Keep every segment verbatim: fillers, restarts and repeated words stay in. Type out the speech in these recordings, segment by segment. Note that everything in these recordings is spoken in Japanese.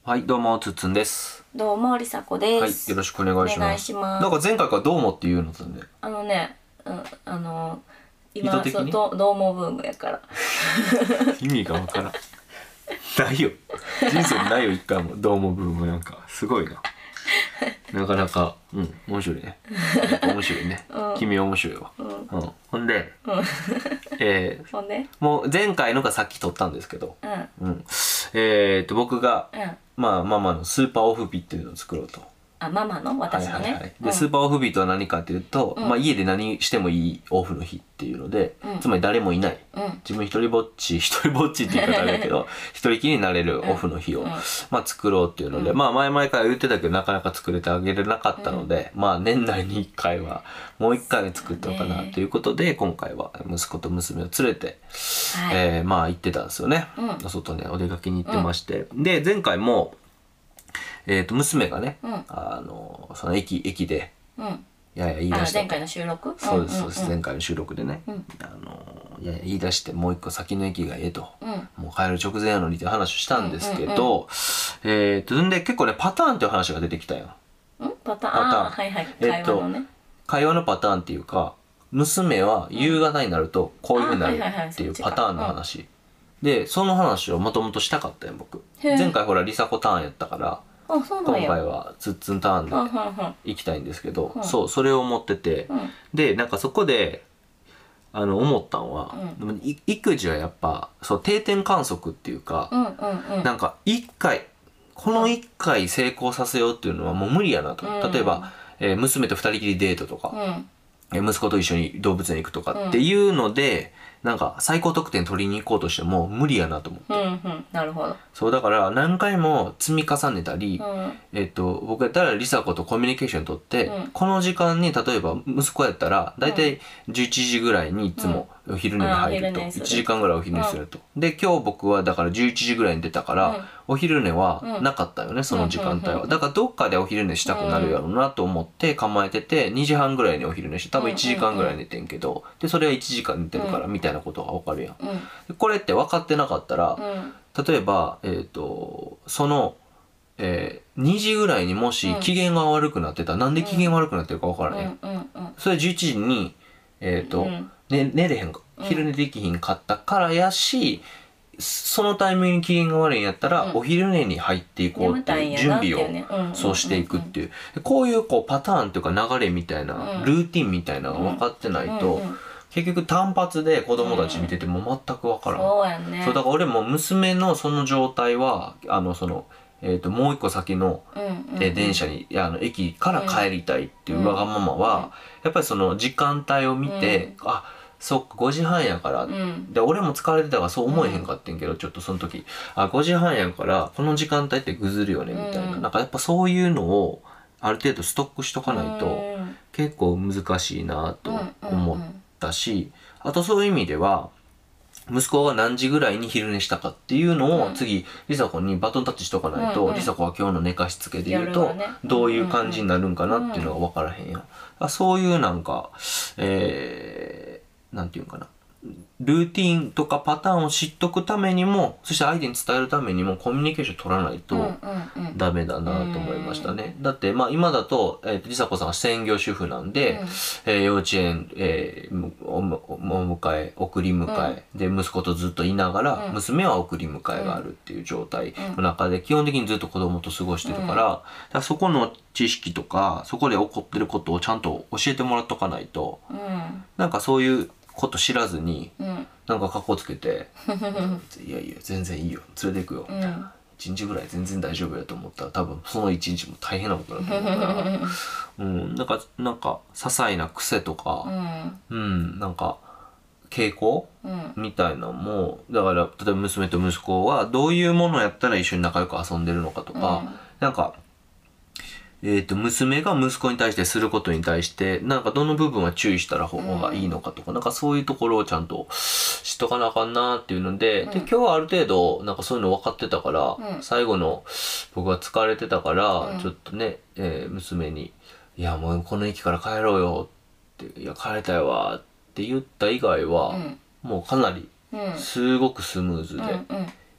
はい、どうも、つっつんです。 どうも、りさこではい、 す。 よろしくお願いします。 お願いします。 なんか前回からどうもっていうのだね。 あのね、うん、あの意今図的にそうどどうもブームやから。 意味がわからん。ないよ。人生にないよ、一回も。どうもブームなんか。すごいな。なかなか、うん、面白いね。やっぱ面白いね。 うん君は面白いわ。 うんうん。ほんで、 うん。 えほんで、 ー、もう前回のがさっき撮ったんですけど、 うん、 うん。えーと、僕が、 うん。 まあ、ママのスーパーオフビっていうのを作ろうと。 あ、ママの私のね。 はいはいはい、で、 うん、 スーパーオフ日とは何かっていうと、 うんまあ、家で何してもいいオフの日っていうので、 うんつまり誰もいない、 うん自分一人ぼっち一人ぼっちって言い方あれだけど一人きりになれるオフの日を、 うんまあ、作ろうっていうので、まあ前々から言ってたけどなかなか作れてあげれなかったので、まあ年内にいっかいはもういっかい作ったのかなということで、今回は息子と娘を連れて、 はい、 えーまあ行ってたんですよね、 うん外ねお出かけに行ってまして、で前回もえー、と娘がね、 うんあのその駅駅でうん。 やや言い出したと。 あ、前回の収録。 そうですそうです、 んんん前回の収録でね、 んあのやや言い出してもう一個先の駅がええと、 うんもう帰る直前やのにって話をしたんですけど、えー、とんで結構ねパターンっていう話が出てきたよ。 うん、パターン。 パターンあー、はいはい。 えっと会話のね。 会話のパターンっていうか、娘は夕方になるとこういう風になるあはいはいはいっていうそっちかパターンの話、でその話をもともとしたかったよ僕。 へー前回ほらりさこターンやったから、 あ、そうなんや。 今回はつっつんターンではんはんはん。 行きたいんですけど、 うんそうそれを思ってて、 うんでなんかそこであの思ったのは、 うんでもい育児はやっぱそう定点観測っていうか、 うんうんうん。 なんかいっかいこのいっかい成功させようっていうのはもう無理やなと、 うん例えば、えー娘とふたりきりデートとか、 うんえー息子と一緒に動物園行くとかっていうので、なんか最高得点取りに行こうとしても無理やなと思って、 うんうんなるほど。 そうだから何回も積み重ねたり、 うんえっと、僕やったら梨紗子とコミュニケーション取って、 うんこの時間に例えば息子やったら大体じゅういちじぐらいにいつもお昼寝に入ると、 うんあーお昼寝するいちじかんぐらいお昼寝すると、で今日僕はだからじゅういちじぐらいに出たから、 うんお昼寝はなかったよね、その時間帯は、だからどっかでお昼寝したくなるやろうなと思って構えてて、にじはんぐらいにお昼寝して多分いちじかんぐらい寝てんけど、でそれはいちじかん寝てるからみたいなことが分かるやん、 うんでこれって分かってなかったら、 うん例えば、えっとそのえー、にじぐらいにもし機嫌が悪くなってたら、なんで機嫌悪くなってるか分からへん、 うんうんうんそれじゅういちじに、えーとうんね、寝れへんか昼寝できひんかったからやし、そのタイミングに機嫌が悪いんやったら、 うんお昼寝に入っていこうっていう眠準備をたいんやなっていうねうんうんうんうんそうしていくっていう、こういうこうパターンというか流れみたいな、 うんルーティンみたいなのが分かってないと、 うんうん結局単発で子供たち見てても全く分からん、 そうやね。 そうだから俺も娘のその状態はあのその、えー、ともう一個先の、 うんうんうんえー電車にあの駅から帰りたいっていうわがままは、やっぱりその時間帯を見て、あそっかごじはんやから、 んで俺も疲れてたからそう思えへんかってんけど、ちょっとその時あごじはんやからこの時間帯ってぐずるよねみたいな、 うんなんかやっぱそういうのをある程度ストックしとかないと、 うん結構難しいなと思ったし、あとそういう意味では息子が何時ぐらいに昼寝したかっていうのを、 うん次梨紗子にバトンタッチしとかないと、 うんうん梨紗子は今日の寝かしつけで言うと、 夜はねどういう感じになるんかなっていうのが分からへんやん、あそういうなんかえー、なんていうんかなルーティンとかパターンを知っとくためにも、そして相手に伝えるためにもコミュニケーション取らないと、 うんうんうんダメだなと思いましたね。だってまあ今だと、えー、と梨紗子さんは専業主婦なんで、 うんえー幼稚園、えーむおむお迎え送り迎え、で息子とずっといながら、 うん娘は送り迎えがあるっていう状態の中で基本的にずっと子供と過ごしてるから、だからそこの知識とかそこで起こってることをちゃんと教えてもらっとかないと、 うんなんかそういうこと知らずに、 うんなんか格好つけていやいや全然いいよ連れて行くよみたいな、一日ぐらい全然大丈夫やと思ったら多分その一日も大変なことだと思うからうんなんかなんか些細な癖とうかんうんなんか傾向うんみたいなのもだから例えば娘と息子はどういうものやったら一緒に仲良く遊んでるのかとか、 うんなんかえー、と娘が息子に対してすることに対してなんかどの部分は注意したら方がいいのかとか、なんかそういうところをちゃんと知っとかなあかんなっていうので、 うんで今日はある程度なんかそういうの分かってたから、 うん最後の僕は疲れてたから、 うんちょっとね、えー娘に「いやもうこの駅から帰ろうよ」って「いや帰りたいわ」って言った以外は、 うんもうかなりうんすごくスムーズでうんうん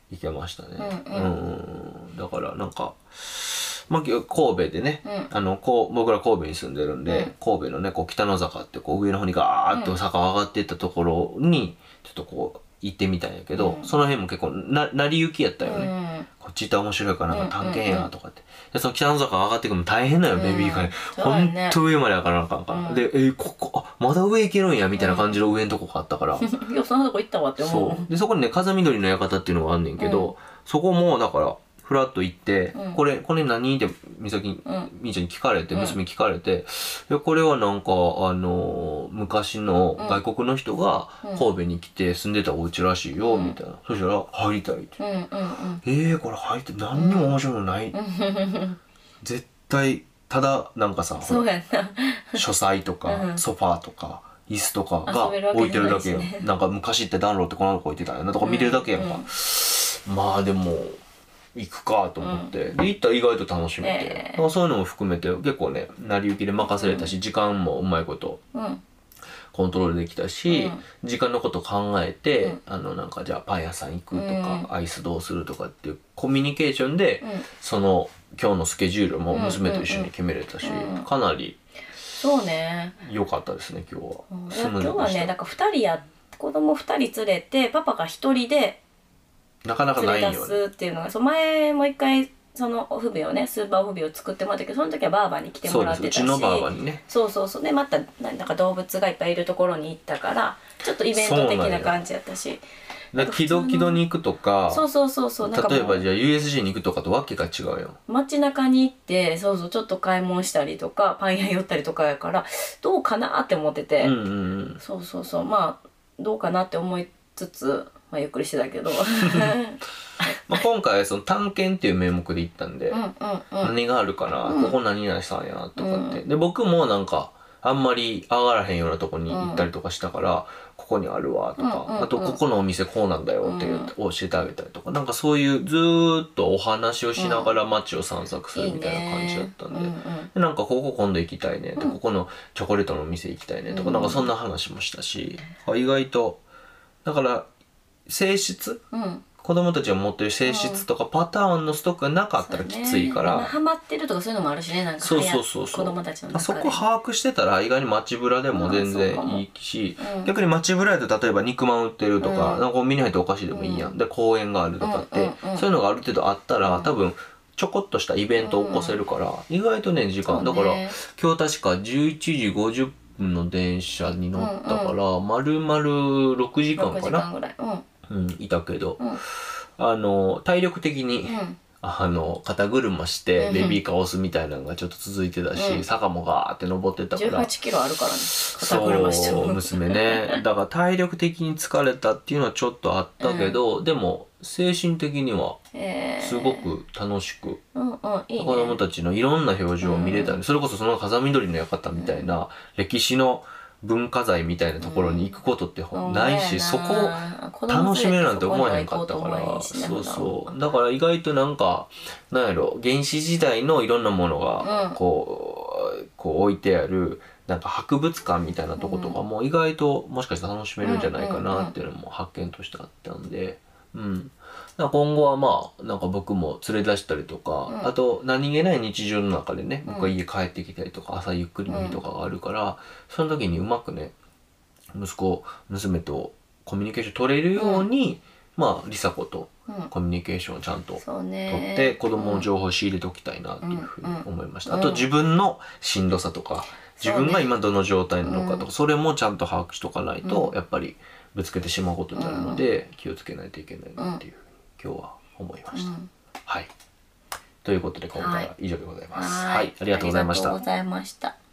行けましたね。 うんうんうんだからなんか、まあ、神戸でね、 うんあのこう僕ら神戸に住んでるんで、 うん神戸のねこう北野坂ってこう上の方にガーッと坂上がっていったところにちょっとこう行ってみたんやけど、 うんその辺も結構な成り行きやったよね。 うんこっち行ったら面白いかなんか探検うんうんうんやとかって、でその北野坂上がっていくのも大変だよ、 うんベビーカーで、 そうほんやねと上まで上がらなあかんから、 うんでえーここあまだ上行けるんやみたいな感じの上のとこがあったから、 いやそんなとこ行ったわって思う。 そうでそこにね風緑の館っていうのがあんねんけど、 うんそこもだからフラッと行って、 うんこれこれ何って美咲に、 うんみーちゃんに聞かれてうん娘に聞かれて、いやこれはなんかあのー昔の外国の人がうん神戸に来て住んでたお家らしいよ、 うんみたいな。そしたら入りたいって、 うんうんうんえー、これ入って何にも面白いのない、絶対ただなんかさほらそうやんな。 書斎とか、 うんソファーとか椅子とかが遊べるわけ置いてるだけやん、 じゃないしねなんか昔って暖炉ってこんなとこ置いてたんやなとか見てるだけやんか、まあでも行くかと思って、で行ったら意外と楽しめて、 えーだからそういうのも含めて結構ね成り行きで任せれたし、時間もうまいことうんコントロールできたし、 う時間のこと考えて、 うんあのなんかじゃあパン屋さん行くとか、 うんアイスどうするとかっていうコミュニケーションで、 うんその今日のスケジュールも娘と一緒に決めれたし、 うんかなりそうね。 良かったですね今日は。 うんいスや今日はムーズでしたねだからふたりや子供ふたり連れてパパがひとりでなかなかない連れ出よね。 すっていうのがそう前もう一回そのおふべをねスーパーおふべを作ってもらったけどその時はバーバーに来てそうですうもらってたしちのばあばにね。 そうそうそうでまたなんか動物がいっぱいいるところに行ったからちょっとイベント的な感じやったしでキドキドに行くとか、 そうそうそうそうなんかもう例えばじゃあ ユーエスジー に行くとかとわけが違うよ。 街中に行ってそうそうちょっと買い物したりとかパン屋寄ったりとかやからどうかなって思ってて、 うんうんうん。 そうそうそうまあどうかなって思いつつ、まあ、ゆっくりしてたけどまあ今回はその探検っていう名目で行ったんで、 うんうんうん何があるかな、 うんここ何々さんやとかって、 うで僕もなんかあんまり上がらへんようなとこに行ったりとかしたから、ここにあるわとか、 うんうんうんあとここのお店こうなんだよって言って教えてあげたりとか、なんかそういうずーっとお話をしながら街を散策するみたいな感じだったんで、 いいねでなんかここ今度行きたいねとか、 うんここのチョコレートのお店行きたいねとか、 うんなんかそんな話もしたし、意外とだから性質うんうん子供たちが持ってる性質とかパターンのストックがなかったらきついかそうねら、 ハマってるとかそういうのもあるしねなんかそう流行そうそうそう子供たちの中でそこ把握してたら意外に街ぶらでも全然いいし、 うん逆に街ぶらで例えば肉まん売ってるとか、 うんなんかコンビニ入ってお菓子でもいいやん、 うんで公園があるとかって、 うんうんうんそういうのがある程度あったら、 うん多分ちょこっとしたイベントを起こせるから、意外とね時間、 そうねだから今日確かじゅういちじごじゅっぷんの電車に乗ったから、丸々ろくじかん 6時かな、 間ぐらいうんうん、いたけど、 うんあの体力的に、 うんあの肩車してうんベビーカー押すみたいなのがちょっと続いてたし、 うん坂もガーって登ってたかじゅうはら、 ちキロあるからね肩車してもそう娘ねだから体力的に疲れたっていうのはちょっとあったけど、でも精神的にはえーすごく楽しく、 うんうんいいね子供たちのいろんな表情を見れたり、 うんそれこそその風緑の館みたいな歴史の文化財みたいなところに行くことってほんないし、そこを楽しめるなんて思わへんかったから、そうそうだから意外となんかなんやろ原始時代のいろんなものがうんこう、こう置いてあるなんか博物館みたいなとことかも意外ともしかしたら楽しめるんじゃないかなっていうのも発見としてあったんで、うん、だから今後はまあなんか僕も連れ出したりとか、 うんあと何気ない日常の中でね、 うん僕が家帰ってきたりとか朝ゆっくりの日とかがあるから、その時にうまくね息子娘とコミュニケーション取れるように、まあ梨紗子とうんコミュニケーションをちゃんとそう取ねって子供の情報を仕入れておきたいなっていうふうに思いました、 うんあと自分のしんどさとか自分が今どの状態なのかとか、 うんそれもちゃんと把握しとかないと、 うんやっぱりぶつけてしまうことになるので、気をつけないといけないなっていうふうに今日は思いました、 うんはいということで今回は以上でございます、 ははい、ありがとうございましたありがとうございました。